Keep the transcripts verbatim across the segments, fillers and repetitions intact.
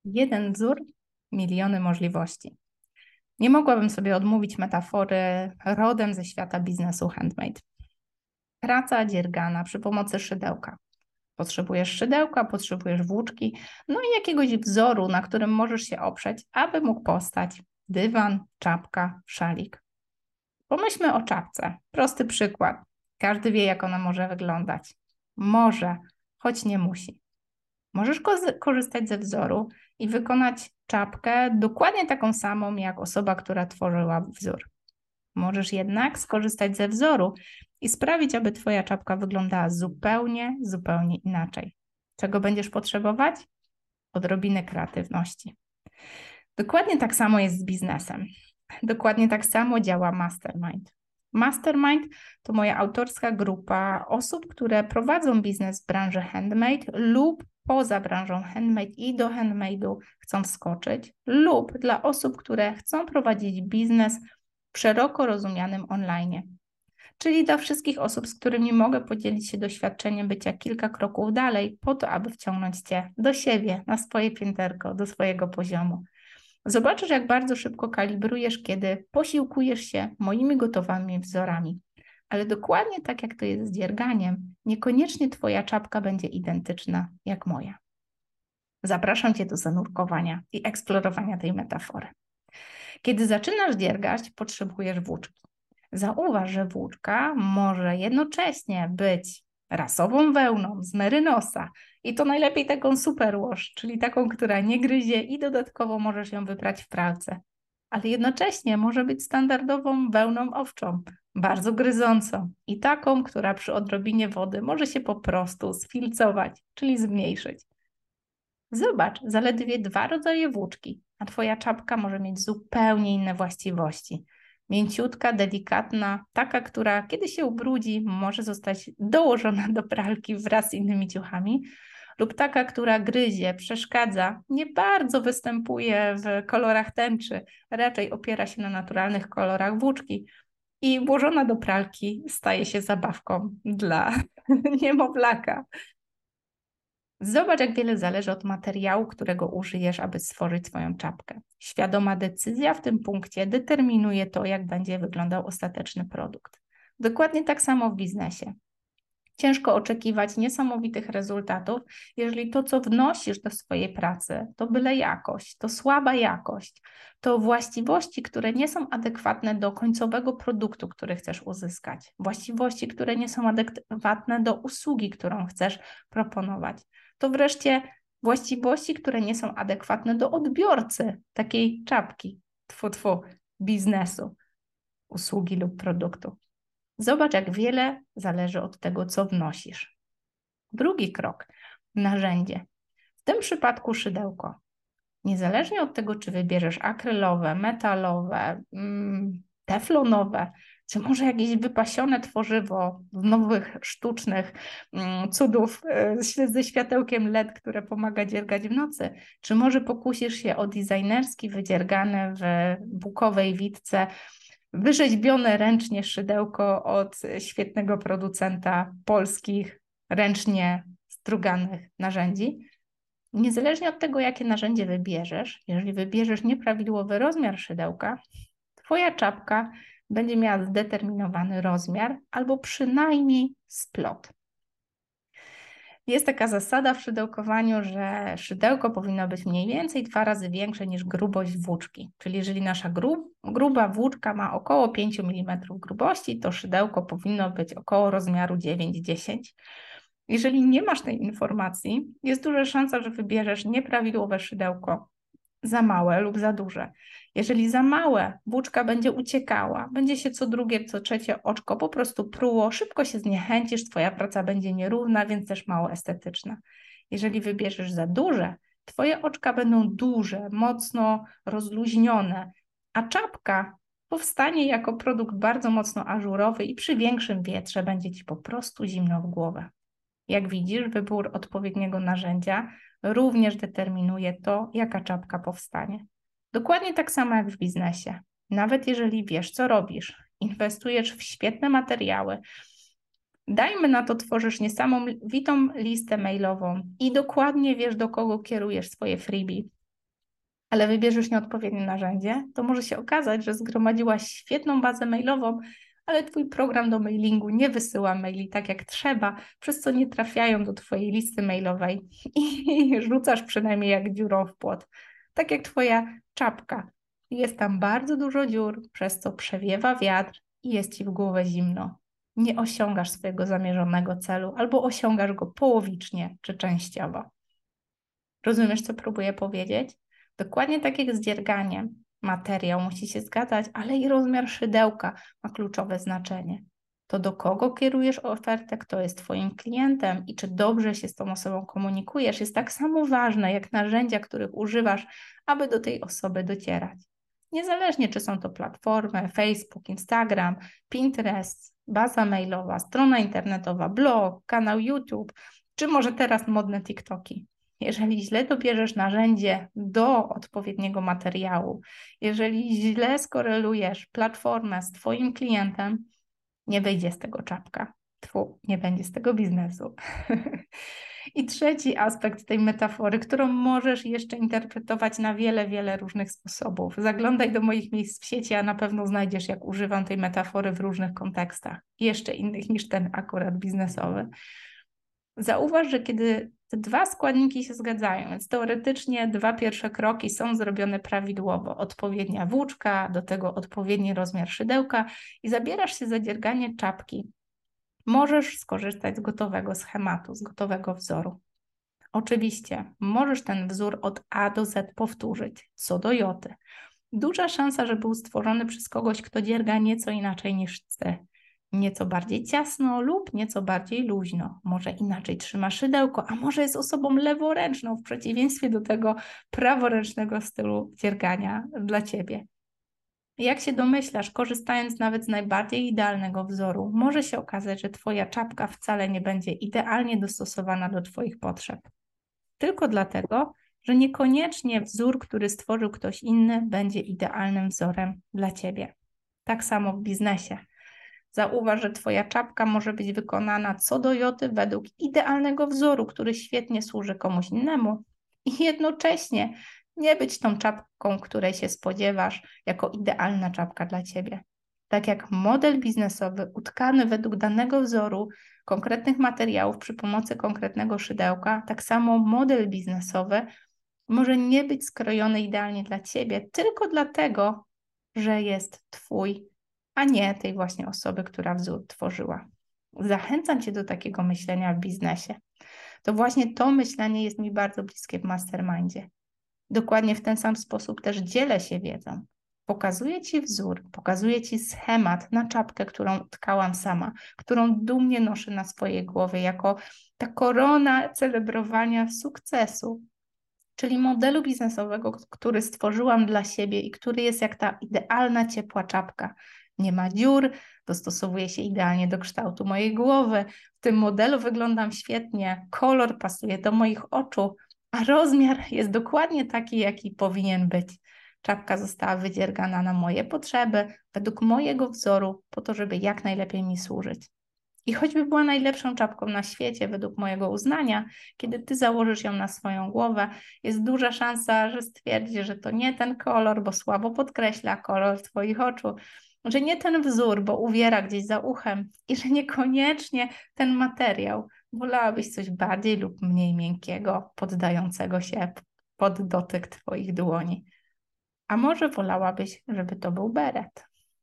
Jeden wzór, miliony możliwości. Nie mogłabym sobie odmówić metafory rodem ze świata biznesu handmade. Praca dziergana przy pomocy szydełka. Potrzebujesz szydełka, potrzebujesz włóczki, no i jakiegoś wzoru, na którym możesz się oprzeć, aby mógł powstać dywan, czapka, szalik. Pomyślmy o czapce. Prosty przykład. Każdy wie, jak ona może wyglądać. Może, choć nie musi. Możesz korzystać ze wzoru i wykonać czapkę dokładnie taką samą, jak osoba, która tworzyła wzór. Możesz jednak skorzystać ze wzoru i sprawić, aby Twoja czapka wyglądała zupełnie, zupełnie inaczej. Czego będziesz potrzebować? Odrobinę kreatywności. Dokładnie tak samo jest z biznesem. Dokładnie tak samo działa Mastermind. Mastermind to moja autorska grupa osób, które prowadzą biznes w branży handmade lub poza branżą handmade i do handmade'u chcą wskoczyć, lub dla osób, które chcą prowadzić biznes w szeroko rozumianym online. Czyli dla wszystkich osób, z którymi mogę podzielić się doświadczeniem bycia kilka kroków dalej, po to, aby wciągnąć Cię do siebie, na swoje pięterko, do swojego poziomu. Zobaczysz, jak bardzo szybko kalibrujesz, kiedy posiłkujesz się moimi gotowymi wzorami. Ale dokładnie tak jak to jest z dzierganiem, niekoniecznie Twoja czapka będzie identyczna jak moja. Zapraszam Cię do zanurkowania i eksplorowania tej metafory. Kiedy zaczynasz dziergać, potrzebujesz włóczki. Zauważ, że włóczka może jednocześnie być rasową wełną z merynosa i to najlepiej taką superwash, czyli taką, która nie gryzie i dodatkowo możesz ją wyprać w pralce. Ale jednocześnie może być standardową wełną owczą, bardzo gryzącą i taką, która przy odrobinie wody może się po prostu sfilcować, czyli zmniejszyć. Zobacz, zaledwie dwa rodzaje włóczki, a Twoja czapka może mieć zupełnie inne właściwości. Mięciutka, delikatna, taka, która kiedy się ubrudzi, może zostać dołożona do pralki wraz z innymi ciuchami, lub taka, która gryzie, przeszkadza, nie bardzo występuje w kolorach tęczy, raczej opiera się na naturalnych kolorach włóczki i włożona do pralki staje się zabawką dla niemowlaka. Zobacz, jak wiele zależy od materiału, którego użyjesz, aby stworzyć swoją czapkę. Świadoma decyzja w tym punkcie determinuje to, jak będzie wyglądał ostateczny produkt. Dokładnie tak samo w biznesie. Ciężko oczekiwać niesamowitych rezultatów, jeżeli to, co wnosisz do swojej pracy, to byle jakość, to słaba jakość, to właściwości, które nie są adekwatne do końcowego produktu, który chcesz uzyskać, właściwości, które nie są adekwatne do usługi, którą chcesz proponować. To wreszcie właściwości, które nie są adekwatne do odbiorcy takiej czapki, tfu, tfu, biznesu, usługi lub produktu. Zobacz, jak wiele zależy od tego, co wnosisz. Drugi krok, narzędzie. W tym przypadku szydełko. Niezależnie od tego, czy wybierzesz akrylowe, metalowe, teflonowe, czy może jakieś wypasione tworzywo z nowych, sztucznych cudów ze światełkiem L E D, które pomaga dziergać w nocy, czy może pokusisz się o designerski, wydziergane w bukowej witce, wyrzeźbione ręcznie szydełko od świetnego producenta polskich, ręcznie struganych narzędzi. Niezależnie od tego, jakie narzędzie wybierzesz, jeżeli wybierzesz nieprawidłowy rozmiar szydełka, Twoja czapka będzie miała zdeterminowany rozmiar albo przynajmniej splot. Jest taka zasada w szydełkowaniu, że szydełko powinno być mniej więcej dwa razy większe niż grubość włóczki. Czyli jeżeli nasza grub, gruba włóczka ma około pięć milimetrów grubości, to szydełko powinno być około rozmiaru dziewięć dziesięć. Jeżeli nie masz tej informacji, jest duża szansa, że wybierzesz nieprawidłowe szydełko, za małe lub za duże. Jeżeli za małe, włóczka będzie uciekała, będzie się co drugie, co trzecie oczko po prostu pruło, szybko się zniechęcisz, Twoja praca będzie nierówna, więc też mało estetyczna. Jeżeli wybierzesz za duże, Twoje oczka będą duże, mocno rozluźnione, a czapka powstanie jako produkt bardzo mocno ażurowy i przy większym wietrze będzie Ci po prostu zimno w głowę. Jak widzisz, wybór odpowiedniego narzędzia również determinuje to, jaka czapka powstanie. Dokładnie tak samo jak w biznesie. Nawet jeżeli wiesz, co robisz, inwestujesz w świetne materiały, dajmy na to, tworzysz niesamowitą listę mailową i dokładnie wiesz, do kogo kierujesz swoje freebie, ale wybierzesz nieodpowiednie narzędzie, to może się okazać, że zgromadziłaś świetną bazę mailową, ale twój program do mailingu nie wysyła maili tak jak trzeba, przez co nie trafiają do twojej listy mailowej i rzucasz przynajmniej jak dziurą w płot. Tak jak twoja czapka. Jest tam bardzo dużo dziur, przez co przewiewa wiatr i jest ci w głowę zimno. Nie osiągasz swojego zamierzonego celu albo osiągasz go połowicznie czy częściowo. Rozumiesz, co próbuję powiedzieć? Dokładnie tak jak z dzierganiem. Materiał musi się zgadzać, ale i rozmiar szydełka ma kluczowe znaczenie. To, do kogo kierujesz ofertę, kto jest Twoim klientem i czy dobrze się z tą osobą komunikujesz, jest tak samo ważne jak narzędzia, których używasz, aby do tej osoby docierać. Niezależnie, czy są to platformy, Facebook, Instagram, Pinterest, baza mailowa, strona internetowa, blog, kanał YouTube, czy może teraz modne TikToki. Jeżeli źle dobierzesz narzędzie do odpowiedniego materiału, jeżeli źle skorelujesz platformę z Twoim klientem, nie wyjdzie z tego czapka. Tfu, nie będzie z tego biznesu. I trzeci aspekt tej metafory, którą możesz jeszcze interpretować na wiele, wiele różnych sposobów. Zaglądaj do moich miejsc w sieci, a na pewno znajdziesz, jak używam tej metafory w różnych kontekstach, jeszcze innych niż ten akurat biznesowy. Zauważ, że kiedy te dwa składniki się zgadzają, więc teoretycznie dwa pierwsze kroki są zrobione prawidłowo. Odpowiednia włóczka, do tego odpowiedni rozmiar szydełka i zabierasz się za dzierganie czapki. Możesz skorzystać z gotowego schematu, z gotowego wzoru. Oczywiście możesz ten wzór od A do Z powtórzyć, co do joty. Duża szansa, że był stworzony przez kogoś, kto dzierga nieco inaczej niż ty. Nieco bardziej ciasno lub nieco bardziej luźno. Może inaczej trzyma szydełko, a może jest osobą leworęczną w przeciwieństwie do tego praworęcznego stylu dziergania dla ciebie. Jak się domyślasz, korzystając nawet z najbardziej idealnego wzoru, może się okazać, że twoja czapka wcale nie będzie idealnie dostosowana do twoich potrzeb. Tylko dlatego, że niekoniecznie wzór, który stworzył ktoś inny, będzie idealnym wzorem dla ciebie. Tak samo w biznesie. Zauważ, że twoja czapka może być wykonana co do joty według idealnego wzoru, który świetnie służy komuś innemu i jednocześnie nie być tą czapką, której się spodziewasz, jako idealna czapka dla ciebie. Tak jak model biznesowy utkany według danego wzoru, konkretnych materiałów przy pomocy konkretnego szydełka, tak samo model biznesowy może nie być skrojony idealnie dla ciebie, tylko dlatego, że jest twój, a nie tej właśnie osoby, która wzór tworzyła. Zachęcam cię do takiego myślenia w biznesie. To właśnie to myślenie jest mi bardzo bliskie w mastermindzie. Dokładnie w ten sam sposób też dzielę się wiedzą. Pokazuję ci wzór, pokazuję ci schemat na czapkę, którą tkałam sama, którą dumnie noszę na swojej głowie jako ta korona celebrowania sukcesu, czyli modelu biznesowego, który stworzyłam dla siebie i który jest jak ta idealna, ciepła czapka. Nie ma dziur, dostosowuje się idealnie do kształtu mojej głowy. W tym modelu wyglądam świetnie, kolor pasuje do moich oczu, a rozmiar jest dokładnie taki, jaki powinien być. Czapka została wydziergana na moje potrzeby, według mojego wzoru, po to, żeby jak najlepiej mi służyć. I choćby była najlepszą czapką na świecie, według mojego uznania, kiedy ty założysz ją na swoją głowę, jest duża szansa, że stwierdzisz, że to nie ten kolor, bo słabo podkreśla kolor twoich oczu, że nie ten wzór, bo uwiera gdzieś za uchem i że niekoniecznie ten materiał. Wolałabyś coś bardziej lub mniej miękkiego, poddającego się pod dotyk twoich dłoni. A może wolałabyś, żeby to był beret?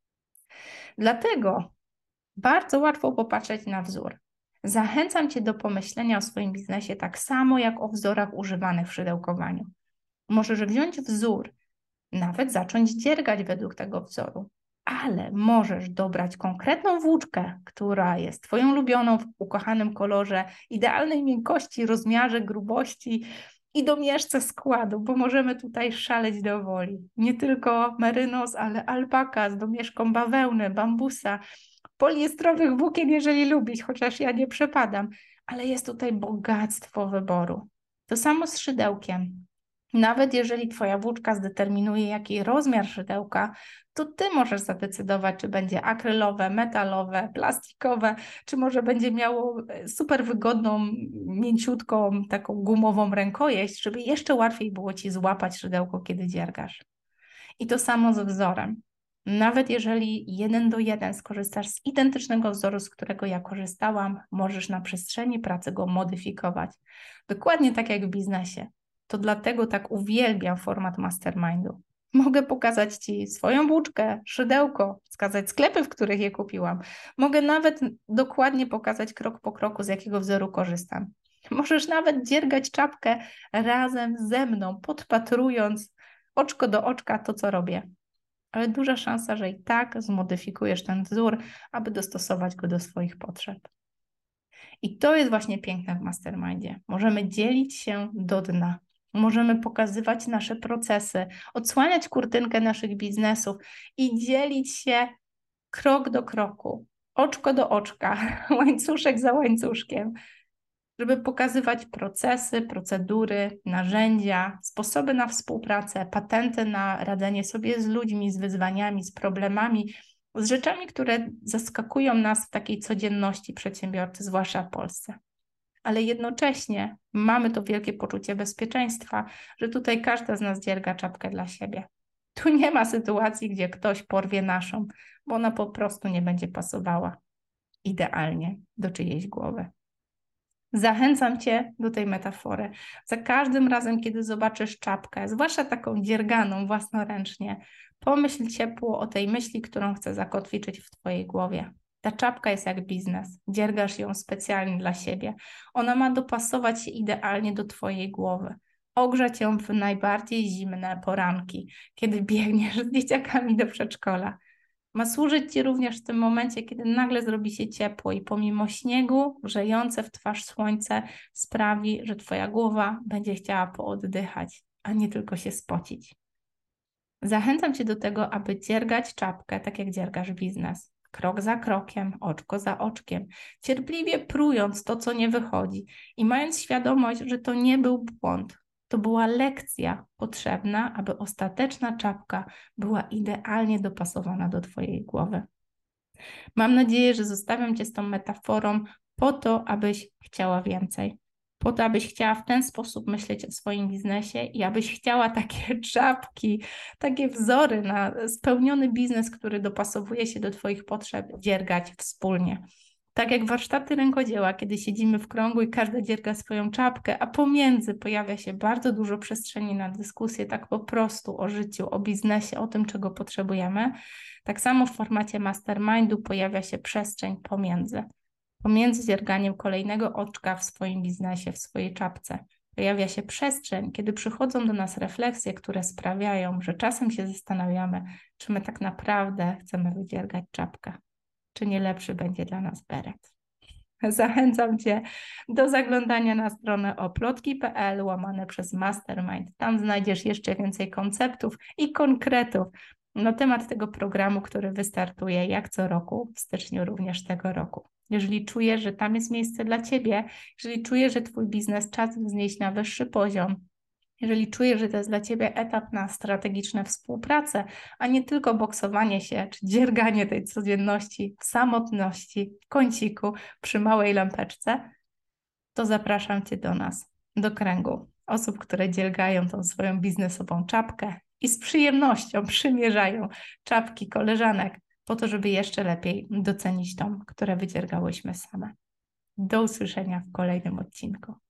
Dlatego bardzo łatwo popatrzeć na wzór. Zachęcam cię do pomyślenia o swoim biznesie tak samo jak o wzorach używanych w szydełkowaniu. Możesz wziąć wzór, nawet zacząć dziergać według tego wzoru, ale możesz dobrać konkretną włóczkę, która jest twoją ulubioną w ukochanym kolorze, idealnej miękkości, rozmiarze, grubości i domieszce składu, bo możemy tutaj szaleć do woli. Nie tylko merynos, ale alpaka z domieszką bawełny, bambusa, poliestrowych włókien, jeżeli lubisz, chociaż ja nie przepadam, ale jest tutaj bogactwo wyboru. To samo z szydełkiem. Nawet jeżeli Twoja włóczka zdeterminuje, jaki rozmiar szydełka, to Ty możesz zadecydować, czy będzie akrylowe, metalowe, plastikowe, czy może będzie miało super wygodną, mięciutką, taką gumową rękojeść, żeby jeszcze łatwiej było Ci złapać szydełko, kiedy dziergasz. I to samo z wzorem. Nawet jeżeli jeden do jeden skorzystasz z identycznego wzoru, z którego ja korzystałam, możesz na przestrzeni pracy go modyfikować. Dokładnie tak jak w biznesie. To dlatego tak uwielbiam format mastermindu. Mogę pokazać Ci swoją włóczkę, szydełko, wskazać sklepy, w których je kupiłam. Mogę nawet dokładnie pokazać krok po kroku, z jakiego wzoru korzystam. Możesz nawet dziergać czapkę razem ze mną, podpatrując oczko do oczka to, co robię. Ale duża szansa, że i tak zmodyfikujesz ten wzór, aby dostosować go do swoich potrzeb. I to jest właśnie piękne w mastermindzie. Możemy dzielić się do dna. Możemy pokazywać nasze procesy, odsłaniać kurtynkę naszych biznesów i dzielić się krok do kroku, oczko do oczka, łańcuszek za łańcuszkiem, żeby pokazywać procesy, procedury, narzędzia, sposoby na współpracę, patenty na radzenie sobie z ludźmi, z wyzwaniami, z problemami, z rzeczami, które zaskakują nas w takiej codzienności przedsiębiorcy, zwłaszcza w Polsce. Ale jednocześnie mamy to wielkie poczucie bezpieczeństwa, że tutaj każda z nas dzierga czapkę dla siebie. Tu nie ma sytuacji, gdzie ktoś porwie naszą, bo ona po prostu nie będzie pasowała idealnie do czyjejś głowy. Zachęcam Cię do tej metafory. Za każdym razem, kiedy zobaczysz czapkę, zwłaszcza taką dzierganą własnoręcznie, pomyśl ciepło o tej myśli, którą chcę zakotwiczyć w Twojej głowie. Ta czapka jest jak biznes. Dziergasz ją specjalnie dla siebie. Ona ma dopasować się idealnie do Twojej głowy. Ogrzać ją w najbardziej zimne poranki, kiedy biegniesz z dzieciakami do przedszkola. Ma służyć Ci również w tym momencie, kiedy nagle zrobi się ciepło i pomimo śniegu, grzejące w twarz słońce sprawi, że Twoja głowa będzie chciała pooddychać, a nie tylko się spocić. Zachęcam Cię do tego, aby dziergać czapkę tak jak dziergasz biznes. Krok za krokiem, oczko za oczkiem, cierpliwie prując to, co nie wychodzi i mając świadomość, że to nie był błąd. To była lekcja potrzebna, aby ostateczna czapka była idealnie dopasowana do Twojej głowy. Mam nadzieję, że zostawiam Cię z tą metaforą po to, abyś chciała więcej. Po to, abyś chciała w ten sposób myśleć o swoim biznesie i abyś chciała takie czapki, takie wzory na spełniony biznes, który dopasowuje się do Twoich potrzeb, dziergać wspólnie. Tak jak warsztaty rękodzieła, kiedy siedzimy w kręgu i każda dzierga swoją czapkę, a pomiędzy pojawia się bardzo dużo przestrzeni na dyskusję, tak po prostu o życiu, o biznesie, o tym, czego potrzebujemy. Tak samo w formacie mastermindu pojawia się przestrzeń pomiędzy. Pomiędzy dzierganiem kolejnego oczka w swoim biznesie, w swojej czapce. Pojawia się przestrzeń, kiedy przychodzą do nas refleksje, które sprawiają, że czasem się zastanawiamy, czy my tak naprawdę chcemy wydziergać czapkę. Czy nie lepszy będzie dla nas beret. Zachęcam Cię do zaglądania na stronę oplotki kropka p l łamane przez Mastermind. Tam znajdziesz jeszcze więcej konceptów i konkretów na temat tego programu, który wystartuje jak co roku, w styczniu również tego roku. Jeżeli czujesz, że tam jest miejsce dla Ciebie, jeżeli czujesz, że Twój biznes czas wznieść na wyższy poziom, jeżeli czujesz, że to jest dla Ciebie etap na strategiczne współpracę, a nie tylko boksowanie się czy dzierganie tej codzienności w samotności, w kąciku, przy małej lampeczce, to zapraszam Cię do nas, do kręgu osób, które dziergają tą swoją biznesową czapkę i z przyjemnością przymierzają czapki koleżanek po to, żeby jeszcze lepiej docenić tą, które wydziergałyśmy same. Do usłyszenia w kolejnym odcinku.